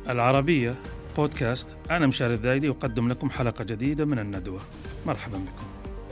العربية بودكاست. أنا مشاري الذايدي أقدم لكم حلقة جديدة من الندوة. مرحبا بكم.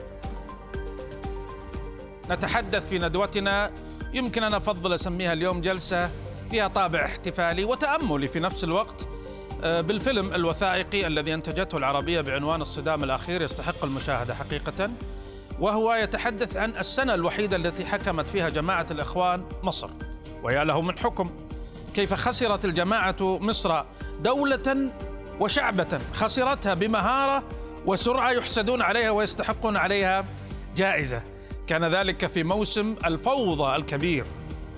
نتحدث في ندوتنا يمكن أن أفضل أسميها اليوم جلسة فيها طابع احتفالي وتأملي في نفس الوقت بالفيلم الوثائقي الذي أنتجته العربية بعنوان الصدام الأخير، يستحق المشاهدة حقيقة، وهو يتحدث عن السنة الوحيدة التي حكمت فيها جماعة الإخوان مصر، ويا له من حكم. كيف خسرت الجماعة مصر دولة وشعبة، خسرتها بمهارة وسرعة يحسدون عليها ويستحقون عليها جائزة. كان ذلك في موسم الفوضى الكبير،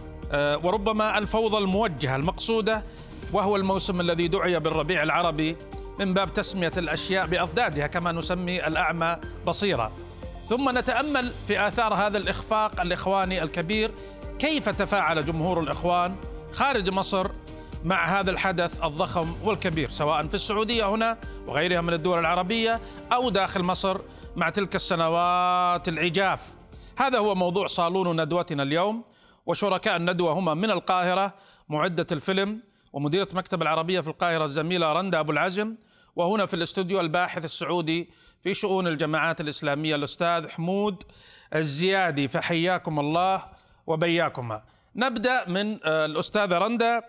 وربما الفوضى الموجهة المقصودة، وهو الموسم الذي دعي بالربيع العربي من باب تسمية الأشياء بأضدادها، كما نسمي الأعمى بصيرا. ثم نتأمل في آثار هذا الإخفاق الإخواني الكبير، كيف تفاعل جمهور الإخوان خارج مصر مع هذا الحدث الضخم والكبير، سواء في السعودية هنا وغيرها من الدول العربية أو داخل مصر مع تلك السنوات العجاف. هذا هو موضوع صالون ندوتنا اليوم، وشركاء الندوة هما من القاهرة معدة الفيلم ومديرة مكتب العربية في القاهرة الزميلة رندا أبو العزم، وهنا في الاستوديو الباحث السعودي في شؤون الجماعات الإسلامية الأستاذ حمود الزيادي. فحياكم الله وبياكما. نبدأ من الأستاذة رندا،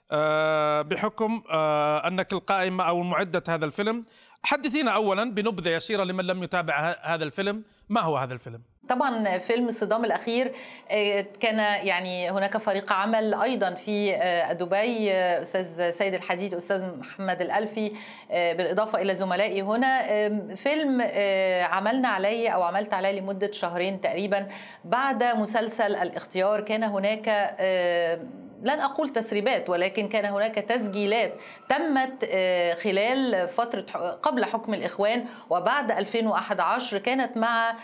بحكم أنك القائمة أو معدة هذا الفيلم. حدثينا أولا بنبذة يسيرة لمن لم يتابع هذا الفيلم، ما هو هذا الفيلم؟ طبعا فيلم الصدام الأخير كان هناك فريق عمل أيضا في دبي، أستاذ سيد الحديد، أستاذ محمد الألفي، بالإضافة إلى زملائي هنا. فيلم عملنا عليه أو عملت عليه لمدة شهرين تقريبا بعد مسلسل الاختيار. كان هناك لن أقول تسريبات، ولكن كان هناك تسجيلات تمت خلال فترة قبل حكم الإخوان وبعد 2011، كانت مع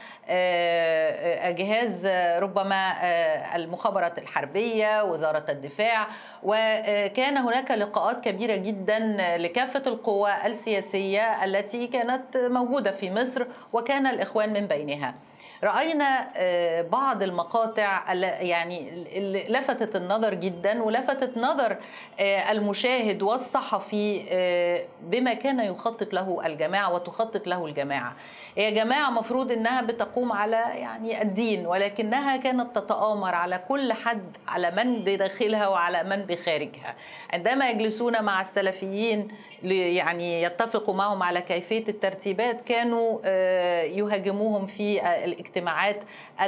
جهاز ربما المخابرات الحربية، وزارة الدفاع، وكان هناك لقاءات كبيرة جدا لكافة القوى السياسية التي كانت موجودة في مصر، وكان الإخوان من بينها. رأينا بعض المقاطع اللي لفتت النظر جدا، ولفتت نظر المشاهد والصحفي بما كان يخطط له الجماعة وتخطط له الجماعة. هي جماعة مفروض أنها بتقوم على الدين، ولكنها كانت تتآمر على كل حد، على من بداخلها وعلى من بخارجها. عندما يجلسون مع السلفيين يتفقوا معهم على كيفية الترتيبات، كانوا يهاجموهم في الاجتماعات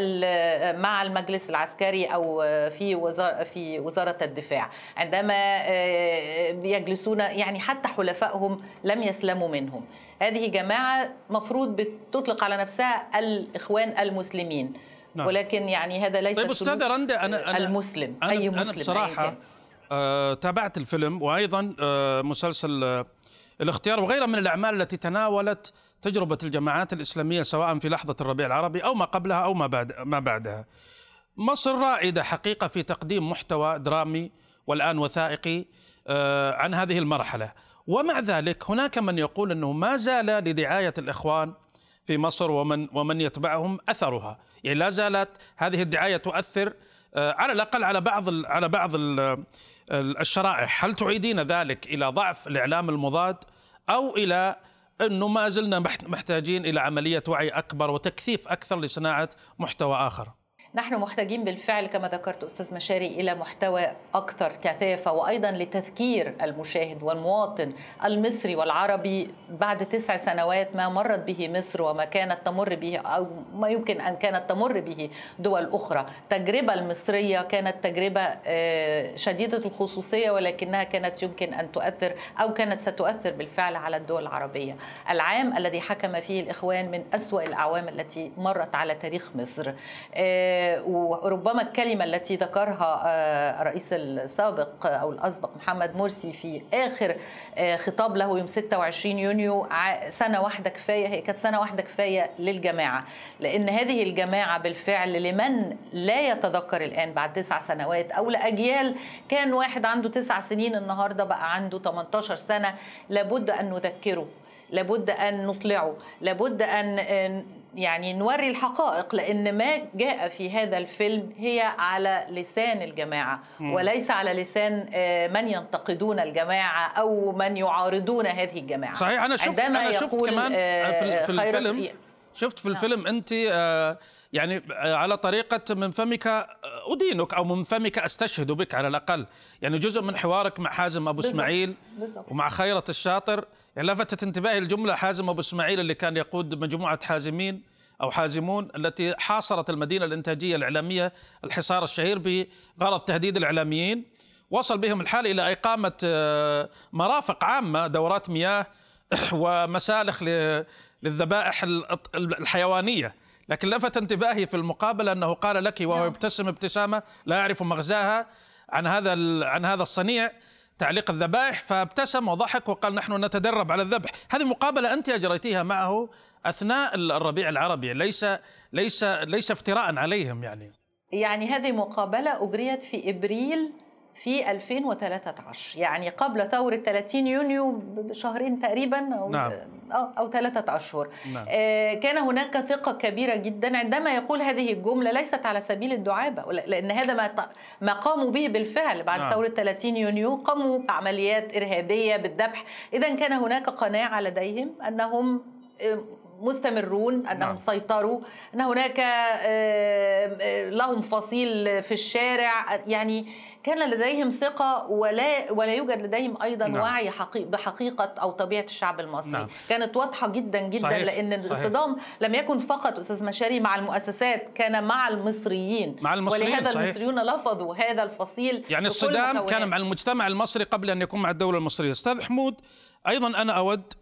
مع المجلس العسكري أو في وزارة الدفاع. عندما يجلسون حتى حلفائهم لم يسلموا منهم. هذه جماعة مفروض بتطلق على نفسها الإخوان المسلمين. نعم. ولكن هذا ليس. طيب أستاذة رندا، أنا المسلم أي مسلم. أنا بصراحة تابعت الفيلم وأيضا مسلسل الاختيار وغيرها من الأعمال التي تناولت تجربة الجماعات الإسلامية سواء في لحظة الربيع العربي أو ما قبلها أو ما بعدها. مصر رائدة حقيقة في تقديم محتوى درامي والآن وثائقي عن هذه المرحلة، ومع ذلك هناك من يقول أنه ما زال لدعاية الإخوان في مصر ومن يتبعهم أثرها. لا زالت هذه الدعاية تؤثر على الأقل على بعض الشرائح. هل تعيدين ذلك إلى ضعف الإعلام المضاد، أو إلى أنه ما زلنا محتاجين إلى عملية وعي أكبر وتكثيف أكثر لصناعة محتوى آخر؟ نحن محتاجين بالفعل كما ذكرت أستاذ مشاري إلى محتوى أكثر كثافة، وأيضا لتذكير المشاهد والمواطن المصري والعربي بعد 9 سنوات ما مرت به مصر وما كانت تمر به أو ما يمكن أن كانت تمر به دول أخرى. التجربة المصرية كانت تجربة شديدة الخصوصية، ولكنها كانت يمكن أن تؤثر أو كانت ستؤثر بالفعل على الدول العربية. العام الذي حكم فيه الإخوان من أسوأ الأعوام التي مرت على تاريخ مصر. وربما الكلمة التي ذكرها الرئيس السابق أو الأسبق محمد مرسي في آخر خطاب له يوم 26 يونيو، سنة واحدة كفاية. هي كانت سنة واحدة كفاية للجماعة، لأن هذه الجماعة بالفعل لمن لا يتذكر الآن بعد 9 سنوات، أو لأجيال كان واحد عنده 9 سنين النهاردة بقى عنده 18 سنة، لابد أن نذكره، لابد أن نطلعه، لابد أن يعني نوري الحقائق، لأن ما جاء في هذا الفيلم هي على لسان الجماعة وليس على لسان من ينتقدون الجماعة أو من يعارضون هذه الجماعة. صحيح. أنا شفت كمان في الفيلم، شفت في الفيلم أنت يعني على طريقة من فمك أدينك أو من فمك أستشهد بك على الأقل، يعني جزء من حوارك مع حازم أبو إسماعيل ومع خيرت الشاطر، يعني لفتت انتباهي الجملة حازم أبو إسماعيل اللي كان يقود مجموعة حازمين أو حازمون التي حاصرت المدينة الإنتاجية الإعلامية الحصار الشهير بغرض تهديد الإعلاميين، وصل بهم الحال إلى إقامة مرافق عامة، دورات مياه ومسالخ للذبائح الحيوانية. لكن لفت انتباهي في المقابلة أنه قال لك وهو يبتسم ابتسامة لا يعرف مغزاها عن هذا الصنيع، تعليق الذبائح، فابتسم وضحك وقال نحن نتدرب على الذبح. هذه مقابلة أنت أجريتيها معه أثناء الربيع العربي، ليس افتراء عليهم يعني هذه مقابلة أجريت في إبريل في 2013، يعني قبل ثورة 30 يونيو بشهرين تقريبا أو 3 أشهر. كان هناك ثقة كبيرة جدا عندما يقول هذه الجملة، ليست على سبيل الدعابة، لأن هذا ما قاموا به بالفعل بعد ثورة 30 يونيو، قاموا بعمليات إرهابية بالذبح. إذن كان هناك قناعة لديهم أنهم مستمرون، أنهم سيطروا، أن هناك لهم فصيل في الشارع، يعني كان لديهم ثقة ولا يوجد لديهم أيضا وعي بحقيقة أو طبيعة الشعب المصري. كانت واضحة جدا جدا. صحيح. لأن الصدام لم يكن فقط أستاذ مشاري مع المؤسسات، كان مع المصريين، ولهذا صحيح. المصريون لفظوا هذا الفصيل، يعني الصدام كان مع المجتمع المصري قبل أن يكون مع الدولة المصرية. أستاذ حمود، أيضا أنا أود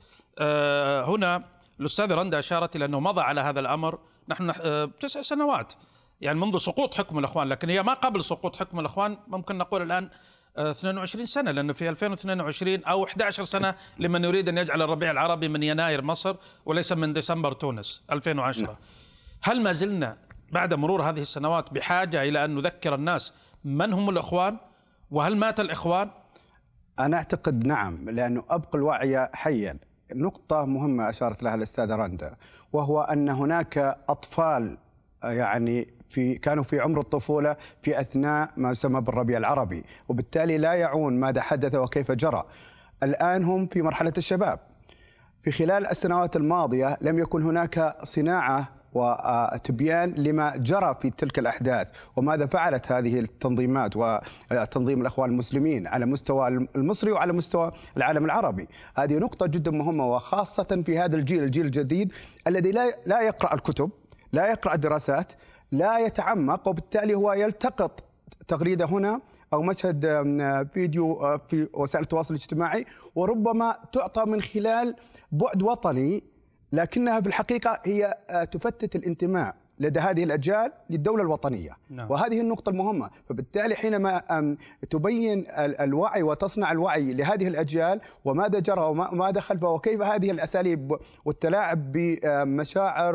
هنا الأستاذ رندا أشارت إلى أنه مضى على هذا الأمر نحن 9 سنوات يعني منذ سقوط حكم الإخوان، لكن هي ما قبل سقوط حكم الإخوان، ممكن نقول الآن 22 سنة، لأنه في 2022 أو 11 سنة لمن يريد أن يجعل الربيع العربي من يناير مصر وليس من ديسمبر تونس 2010. هل ما زلنا بعد مرور هذه السنوات بحاجة إلى أن نذكر الناس من هم الإخوان وهل مات الإخوان؟ أنا أعتقد نعم، لأنه أبقى الوعي حيا. نقطة مهمة أشارت لها الأستاذة رندا، وهو أن هناك أطفال يعني كانوا في عمر الطفولة في أثناء ما يسمى بالربيع العربي، وبالتالي لا يعون ماذا حدث وكيف جرى. الآن هم في مرحلة الشباب. في خلال السنوات الماضية لم يكن هناك صناعة وتبيان لما جرى في تلك الأحداث وماذا فعلت هذه التنظيمات وتنظيم الأخوان المسلمين على مستوى المصري وعلى مستوى العالم العربي. هذه نقطة جدا مهمة، وخاصة في هذا الجيل الجديد الذي لا يقرأ الكتب، لا يقرأ الدراسات، لا يتعمق، وبالتالي هو يلتقط تغريدة هنا أو مشهد فيديو في وسائل التواصل الاجتماعي، وربما تعطى من خلال بعد وطني، لكنها في الحقيقة هي تفتت الانتماء لدى هذه الأجيال للدولة الوطنية. وهذه النقطة المهمة. فبالتالي حينما تبين الوعي وتصنع الوعي لهذه الأجيال وماذا جرى وماذا خلفه وكيف هذه الأساليب والتلاعب بمشاعر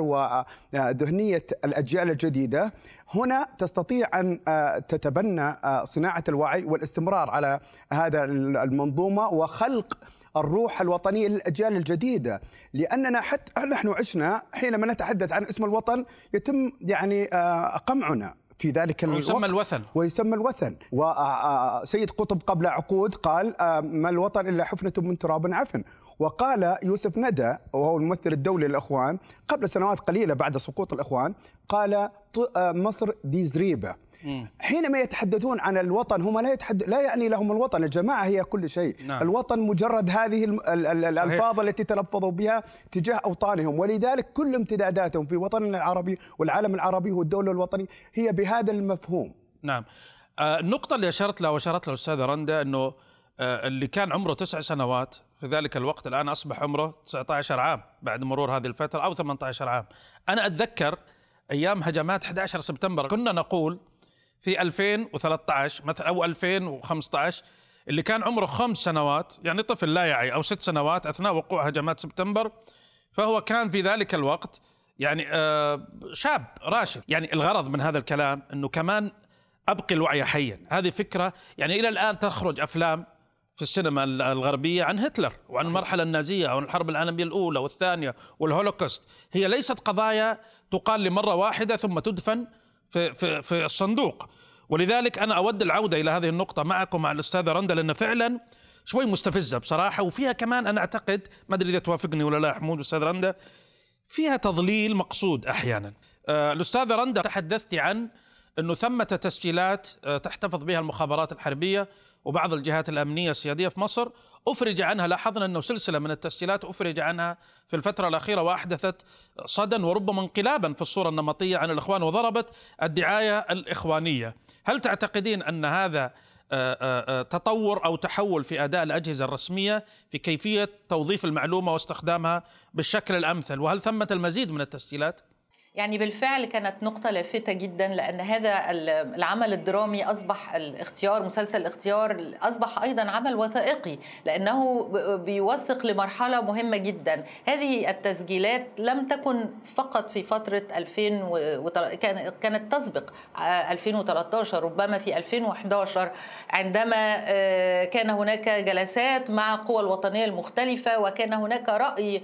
وذهنية الأجيال الجديدة، هنا تستطيع أن تتبنى صناعة الوعي والاستمرار على هذا المنظومة وخلق الروح الوطنية للأجيال الجديدة. لأننا حتى نحن عشنا حينما نتحدث عن اسم الوطن يتم يعني قمعنا في ذلك الوقت ويسمى الوثن. وسيد قطب قبل عقود قال ما الوطن إلا حفنة من تراب عفن. وقال يوسف ندى وهو الممثل الدولي للإخوان قبل سنوات قليلة بعد سقوط الإخوان، قال مصر دي زريبة. حينما يتحدثون عن الوطن هم لا يعني لهم الوطن، الجماعة هي كل شيء. الوطن مجرد هذه الألفاظ التي تلفظوا بها تجاه أوطانهم، ولذلك كل امتداداتهم في وطننا العربي والعالم العربي والدولة الوطني هي بهذا المفهوم. نعم. النقطة اللي أشارت لها الأستاذة رندا أنه اللي كان عمره 9 سنوات في ذلك الوقت الآن أصبح عمره 19 عام بعد مرور هذه الفترة أو 18 عام. أنا أتذكر أيام هجمات 11 سبتمبر كنا نقول في 2013 مثلا أو 2015 اللي كان عمره 5 سنوات يعني طفل لا يعي أو 6 سنوات أثناء وقوع هجمات سبتمبر، فهو كان في ذلك الوقت يعني شاب راشد. يعني الغرض من هذا الكلام أنه كمان أبقي الوعي حيا. هذه فكرة يعني إلى الآن تخرج أفلام في السينما الغربية عن هتلر وعن المرحلة النازية أو الحرب العالمية الأولى والثانية والهولوكوست. هي ليست قضايا تقال لمرة واحدة ثم تدفن في الصندوق. ولذلك أنا أود العودة إلى هذه النقطة معكم مع الأستاذة رندا، لأن فعلا شوي مستفزة بصراحة، وفيها كمان أنا أعتقد، ما أدري إذا توافقني ولا لا حمود أستاذ رندا، فيها تضليل مقصود أحيانا. الأستاذة رندا تحدثت عن أنه ثمة تسجيلات تحتفظ بها المخابرات الحربية وبعض الجهات الأمنية السيادية في مصر أفرج عنها. لاحظنا أنه سلسلة من التسجيلات أفرج عنها في الفترة الأخيرة وأحدثت صدى وربما انقلابا في الصورة النمطية عن الإخوان وضربت الدعاية الإخوانية. هل تعتقدين أن هذا تطور أو تحول في أداء الأجهزة الرسمية في كيفية توظيف المعلومة واستخدامها بالشكل الأمثل؟ وهل ثمة المزيد من التسجيلات؟ يعني بالفعل كانت نقطة لافتة جدا، لأن هذا العمل الدرامي أصبح الاختيار، مسلسل الاختيار أصبح أيضا عمل وثائقي، لأنه بيوثق لمرحلة مهمة جدا. هذه التسجيلات لم تكن فقط في فترة 2000 كانت تسبق 2013، ربما في 2011 عندما كان هناك جلسات مع القوى الوطنية المختلفة، وكان هناك رأي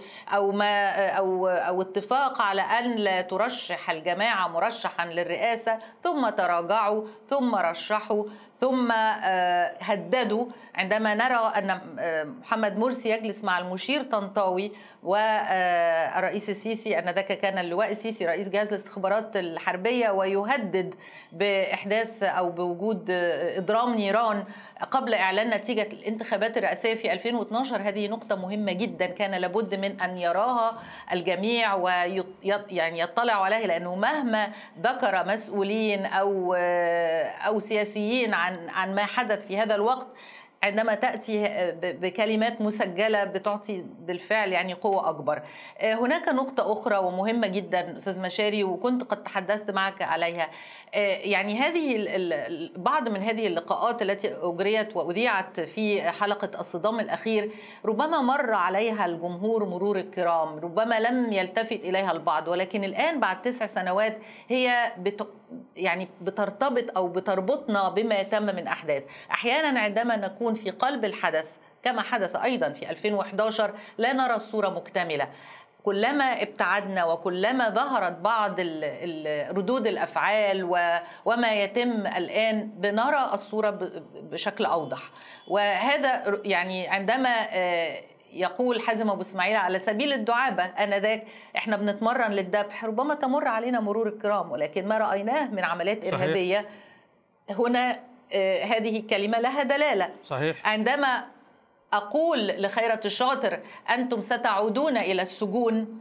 أو اتفاق على أن لا ترشح الجماعة مرشحا للرئاسة، ثم تراجعوا ثم رشحوا ثم هددوا. عندما نرى أن محمد مرسي يجلس مع المشير طنطاوي والرئيس السيسي، آنذاك كان اللواء السيسي رئيس جهاز الاستخبارات الحربية، ويهدد بإحداث أو بوجود إضرام نيران قبل إعلان نتيجة الانتخابات الرئاسية في 2012. هذه نقطة مهمة جدا كان لابد من أن يراها الجميع ويعني يطلعوا عليها، لأنه مهما ذكر مسؤولين أو سياسيين عن ما حدث في هذا الوقت، عندما تأتي بكلمات مسجلة بتعطي بالفعل يعني قوة أكبر. هناك نقطة أخرى ومهمة جدا أستاذ مشاري، وكنت قد تحدثت معك عليها. يعني هذه بعض من هذه اللقاءات التي أجريت وأذيعت في حلقة الصدام الأخير ربما مر عليها الجمهور مرور الكرام، ربما لم يلتفت إليها البعض، ولكن الآن بعد 9 سنوات هي يعني بترتبط أو بتربطنا بما يتم من أحداث. أحيانا عندما نكون في قلب الحدث كما حدث أيضا في 2011 لا نرى الصورة مكتملة. كلما ابتعدنا وكلما ظهرت بعض ردود الأفعال وما يتم الآن بنرى الصورة بشكل أوضح. وهذا يعني عندما يقول حازم أبو إسماعيل على سبيل الدعابة آنذاك إحنا بنتمرن للذبح، ربما تمر علينا مرور الكرام، ولكن ما رأيناه من عمليات إرهابية هنا هذه الكلمة لها دلالة. صحيح. عندما أقول لخيرة الشاطر أنتم ستعودون إلى السجون،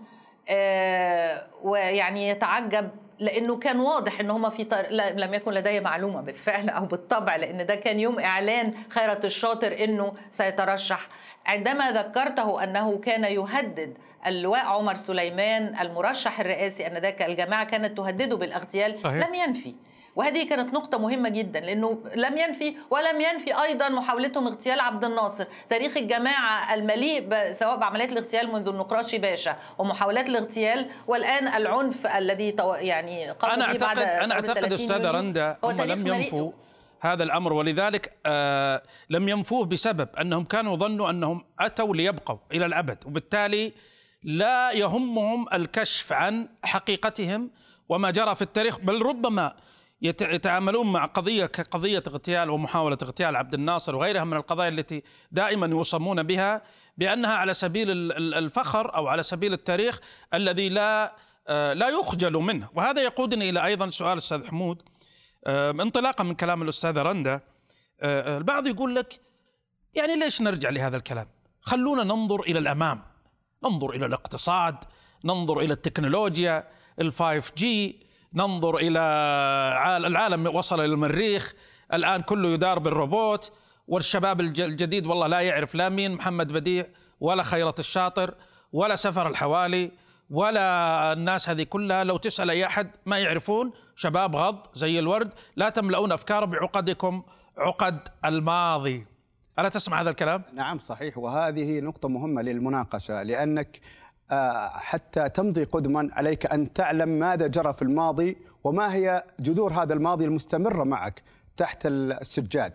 ويعني يتعجب لأنه كان واضح أنه هم لم يكن لدي معلومة بالفعل أو بالطبع، لأن ده كان يوم إعلان خيرة الشاطر أنه سيترشح. عندما ذكرته أنه كان يهدد اللواء عمر سليمان المرشح الرئاسي آنذاك، الجماعة كانت تهدده بالاغتيال. صحيح. لم ينفي، وهذه كانت نقطة مهمة جدا، لأنه لم ينفي ولم ينفي أيضا محاولتهم اغتيال عبد الناصر. تاريخ الجماعة المليء سواء بعمليات الاغتيال منذ النقراشي باشا ومحاولات الاغتيال والآن العنف الذي يعني أنا أعتقد أستاذة رندا هم لم ينفوا هذا الأمر، ولذلك لم ينفوه بسبب أنهم كانوا يظنوا أنهم أتوا ليبقوا إلى الأبد، وبالتالي لا يهمهم الكشف عن حقيقتهم وما جرى في التاريخ، بل ربما يتعاملون مع قضية كقضية اغتيال ومحاولة اغتيال عبد الناصر وغيرها من القضايا التي دائما يوصمون بها بأنها على سبيل الفخر أو على سبيل التاريخ الذي لا يخجل منه. وهذا يقودني إلى أيضا سؤال أستاذ حمود، انطلاقا من كلام الأستاذة رندا. البعض يقول لك يعني ليش نرجع لهذا الكلام؟ خلونا ننظر إلى الأمام، ننظر إلى الاقتصاد، ننظر إلى التكنولوجيا، ال5G، ننظر إلى العالم وصل إلى المريخ، الآن كله يدار بالروبوت، والشباب الجديد والله لا يعرف لا مين محمد بديع ولا خيرة الشاطر ولا سفر الحوالي ولا الناس هذه كلها. لو تسأل أي أحد ما يعرفون، شباب غض زي الورد، لا تملؤون أفكار بعقدكم عقد الماضي. ألا تسمع هذا الكلام؟ نعم صحيح، وهذه نقطة مهمة للمناقشة، لأنك حتى تمضي قدما عليك أن تعلم ماذا جرى في الماضي وما هي جذور هذا الماضي المستمرة معك تحت السجاد.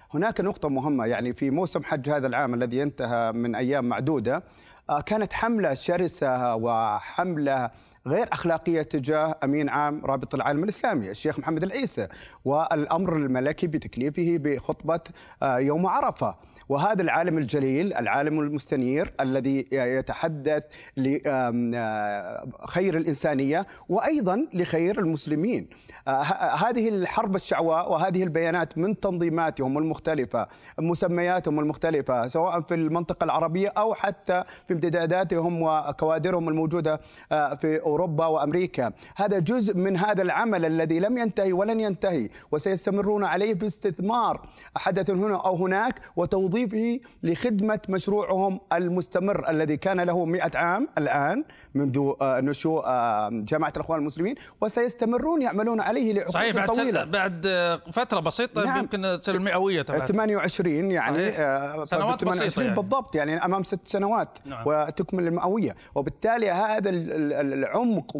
هناك نقطة مهمة، يعني في موسم حج هذا العام الذي انتهى من أيام معدودة كانت حملة شرسة وحملة غير أخلاقية تجاه أمين عام رابطة العالم الإسلامي الشيخ محمد العيسى، والأمر الملكي بتكليفه بخطبة يوم عرفة. وهذا العالم الجليل، العالم المستنير الذي يتحدث لخير الإنسانية وأيضا لخير المسلمين. هذه الحرب الشعواء وهذه البيانات من تنظيماتهم المختلفة، مسمياتهم المختلفة سواء في المنطقة العربية أو حتى في امتداداتهم وكوادرهم الموجودة في أوروبا وأمريكا، هذا جزء من هذا العمل الذي لم ينتهي ولن ينتهي، وسيستمرون عليه باستثمار حدث هنا أو هناك وتوظيفه لخدمة مشروعهم المستمر الذي كان له 100 عام الآن منذ نشوء جماعة الإخوان المسلمين، وسيستمرون يعملون عليه لعقود طويلة. بعد فترة بسيطة نعم. يمكن المئوية 28 يعني سنوات 28 يعني. بالضبط، يعني أمام 6 سنوات. نعم. وتكمل المئوية، وبالتالي هذا العمق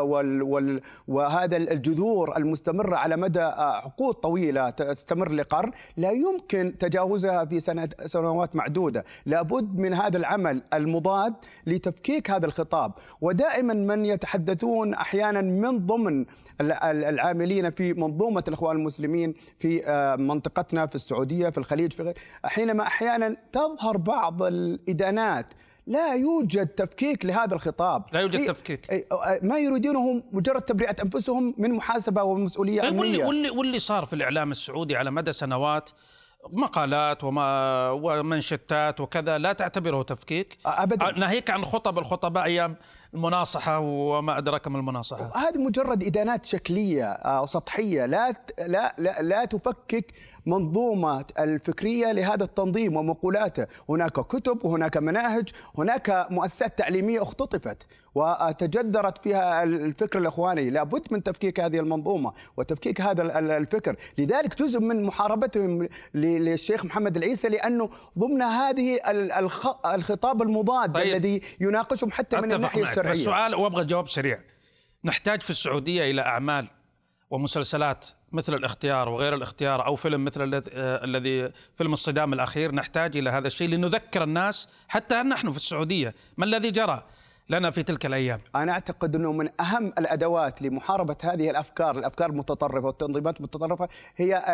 وهذا الجذور المستمرة على مدى عقود طويلة تستمر لقرن لا يمكن تجاوزها في سنوات معدودة. لابد من هذا العمل المضاد لتفكيك هذا الخطاب. ودائما من يتحدثون أحيانا من ضمن العاملين في منظومة الإخوان المسلمين في منطقتنا في السعودية في الخليج حينما أحيانا تظهر بعض الإدانات، لا يوجد تفكيك لهذا الخطاب، لا يوجد تفكيك، ما يريدونه مجرد تبرئة أنفسهم من محاسبة ومسؤولية أمنية. واللي صار في الإعلام السعودي على مدى سنوات مقالات ومنشتات وكذا لا تعتبره تفكيك أبدا، ناهيك عن خطب الخطباء أيام المناصحة وما أدراك ما المناصحة. هذه مجرد إدانات شكلية أو سطحية لا تفكك منظومة الفكرية لهذا التنظيم ومقولاته. هناك كتب وهناك مناهج، هناك مؤسسات تعليمية اختطفت وتجذرت فيها الفكر الإخواني. لابد من تفكيك هذه المنظومة وتفكيك هذا الفكر. لذلك جزء من محاربتهم للشيخ محمد العيسى لأنه ضمن هذه الخطاب المضاد الذي يناقشهم حتى من الناحية الشرعية. السؤال وابغى جواب سريع. نحتاج في السعودية إلى أعمال ومسلسلات مثل الاختيار وغير الاختيار أو فيلم مثل الذي فيلم الصدام الأخير، نحتاج إلى هذا الشيء لنذكر الناس حتى نحن في السعودية ما الذي جرى لنا في تلك الأيام. أنا أعتقد أنه من أهم الأدوات لمحاربة هذه الأفكار المتطرفة والتنظيمات المتطرفة هي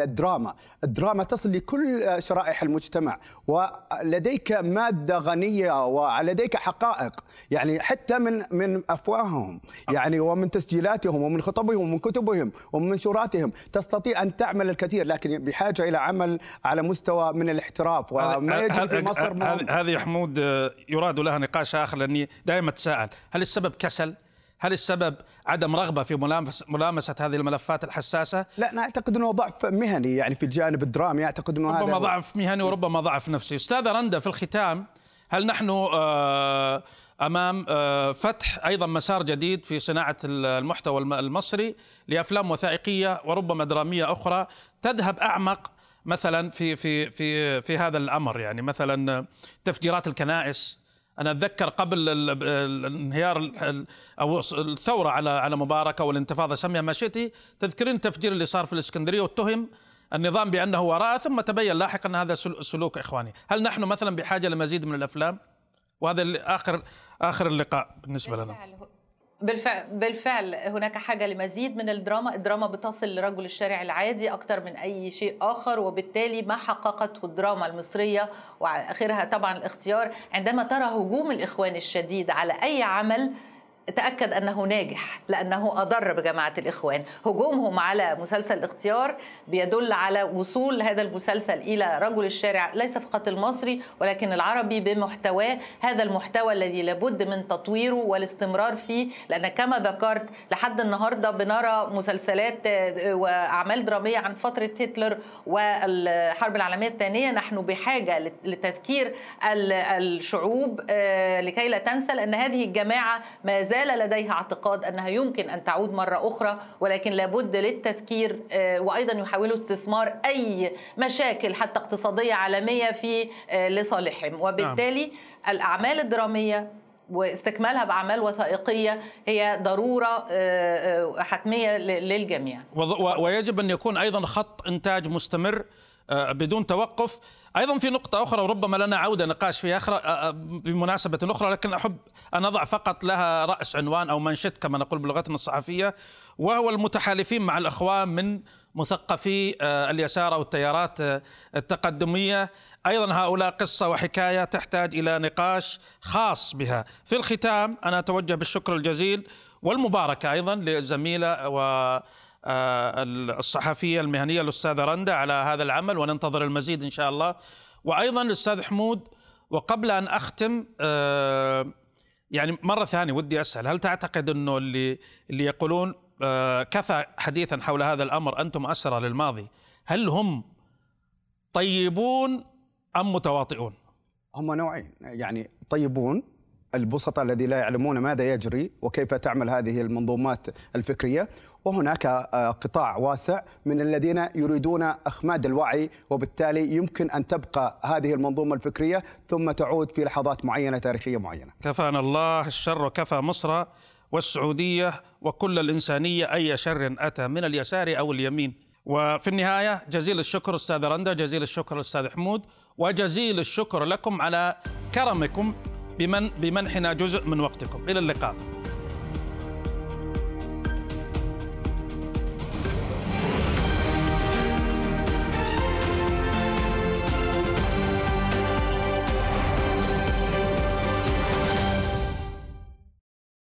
الدراما تصل لكل شرائح المجتمع، ولديك مادة غنية ولديك حقائق، يعني حتى من أفواههم يعني ومن تسجيلاتهم ومن خطبهم ومن كتبهم ومن منشوراتهم تستطيع أن تعمل الكثير، لكن بحاجة إلى عمل على مستوى من الاحتراف وما يجب في مصر. هذه يا حمود يراد لها نقاش آخر، لأني دائما أتساءل هل السبب كسل؟ هل السبب عدم رغبة في ملامسة هذه الملفات الحساسة؟ لا، أنا أعتقد أنه ضعف مهني يعني في الجانب الدرامي. أعتقد أنه ربما ضعف مهني وربما ضعف نفسي. أستاذة رندا، في الختام هل نحن أمام فتح أيضا مسار جديد في صناعة المحتوى المصري لأفلام وثائقية وربما درامية أخرى تذهب أعمق مثلا في هذا الأمر؟ يعني مثلا تفجيرات الكنائس. أنا أتذكر قبل الانهيار أو الثورة على مبارك والانتفاضة سميها ما شئتي، تذكرين التفجير اللي صار في الإسكندرية واتهم النظام بأنه وراءه، ثم تبين لاحقا أن هذا سلوك إخواني. هل نحن مثلا بحاجة لمزيد من الأفلام؟ وهذا آخر اللقاء بالنسبة لنا. بالفعل هناك حاجة لمزيد من الدراما بتصل لرجل الشارع العادي أكثر من أي شيء آخر، وبالتالي ما حققته الدراما المصرية وآخرها طبعا الاختيار. عندما ترى هجوم الإخوان الشديد على أي عمل تأكد أنه ناجح، لأنه أضر بجماعة الإخوان. هجومهم على مسلسل الاختيار بيدل على وصول هذا المسلسل إلى رجل الشارع ليس فقط المصري ولكن العربي بمحتواه، هذا المحتوى الذي لابد من تطويره والاستمرار فيه، لأن كما ذكرت لحد النهاردة بنرى مسلسلات وأعمال درامية عن فترة هتلر والحرب العالمية الثانية. نحن بحاجة لتذكير الشعوب لكي لا تنسى، لأن هذه الجماعة ما زال لديها اعتقاد أنها يمكن أن تعود مرة أخرى، ولكن لابد للتذكير وأيضا يحاولوا استثمار أي مشاكل حتى اقتصادية عالمية في لصالحهم. وبالتالي الأعمال الدرامية واستكمالها بأعمال وثائقية هي ضرورة حتمية للجميع. ويجب أن يكون أيضا خط إنتاج مستمر بدون توقف. أيضا في نقطة أخرى وربما لنا عودة نقاش فيها بمناسبة أخرى، لكن أحب أن أضع فقط لها رأس عنوان أو منشط كما نقول بلغتنا الصحفية، وهو المتحالفين مع الإخوان من مثقفي اليسار أو التيارات التقدمية. أيضا هؤلاء قصة وحكاية تحتاج إلى نقاش خاص بها. في الختام أنا أتوجه بالشكر الجزيل والمباركة أيضا للزميلة والصحفية المهنية الأستاذة رندا على هذا العمل، وننتظر المزيد إن شاء الله. وأيضا الأستاذ حمود، وقبل أن أختم يعني مرة ثانية ودي أسأل، هل تعتقد أنه اللي يقولون كفى حديثا حول هذا الأمر أنتم أسرى للماضي، هل هم طيبون أم متواطئون؟ هم نوعين، يعني طيبون البسطاء الذي لا يعلمون ماذا يجري وكيف تعمل هذه المنظومات الفكرية، وهناك قطاع واسع من الذين يريدون أخماد الوعي، وبالتالي يمكن أن تبقى هذه المنظومة الفكرية ثم تعود في لحظات معينة تاريخية معينة. كفانا الله الشر وكفى مصر والسعودية وكل الإنسانية أي شر أتى من اليسار أو اليمين. وفي النهاية جزيل الشكر أستاذ رندا، جزيل الشكر أستاذ حمود، وجزيل الشكر لكم على كرمكم بمنحنا جزء من وقتكم. إلى اللقاء.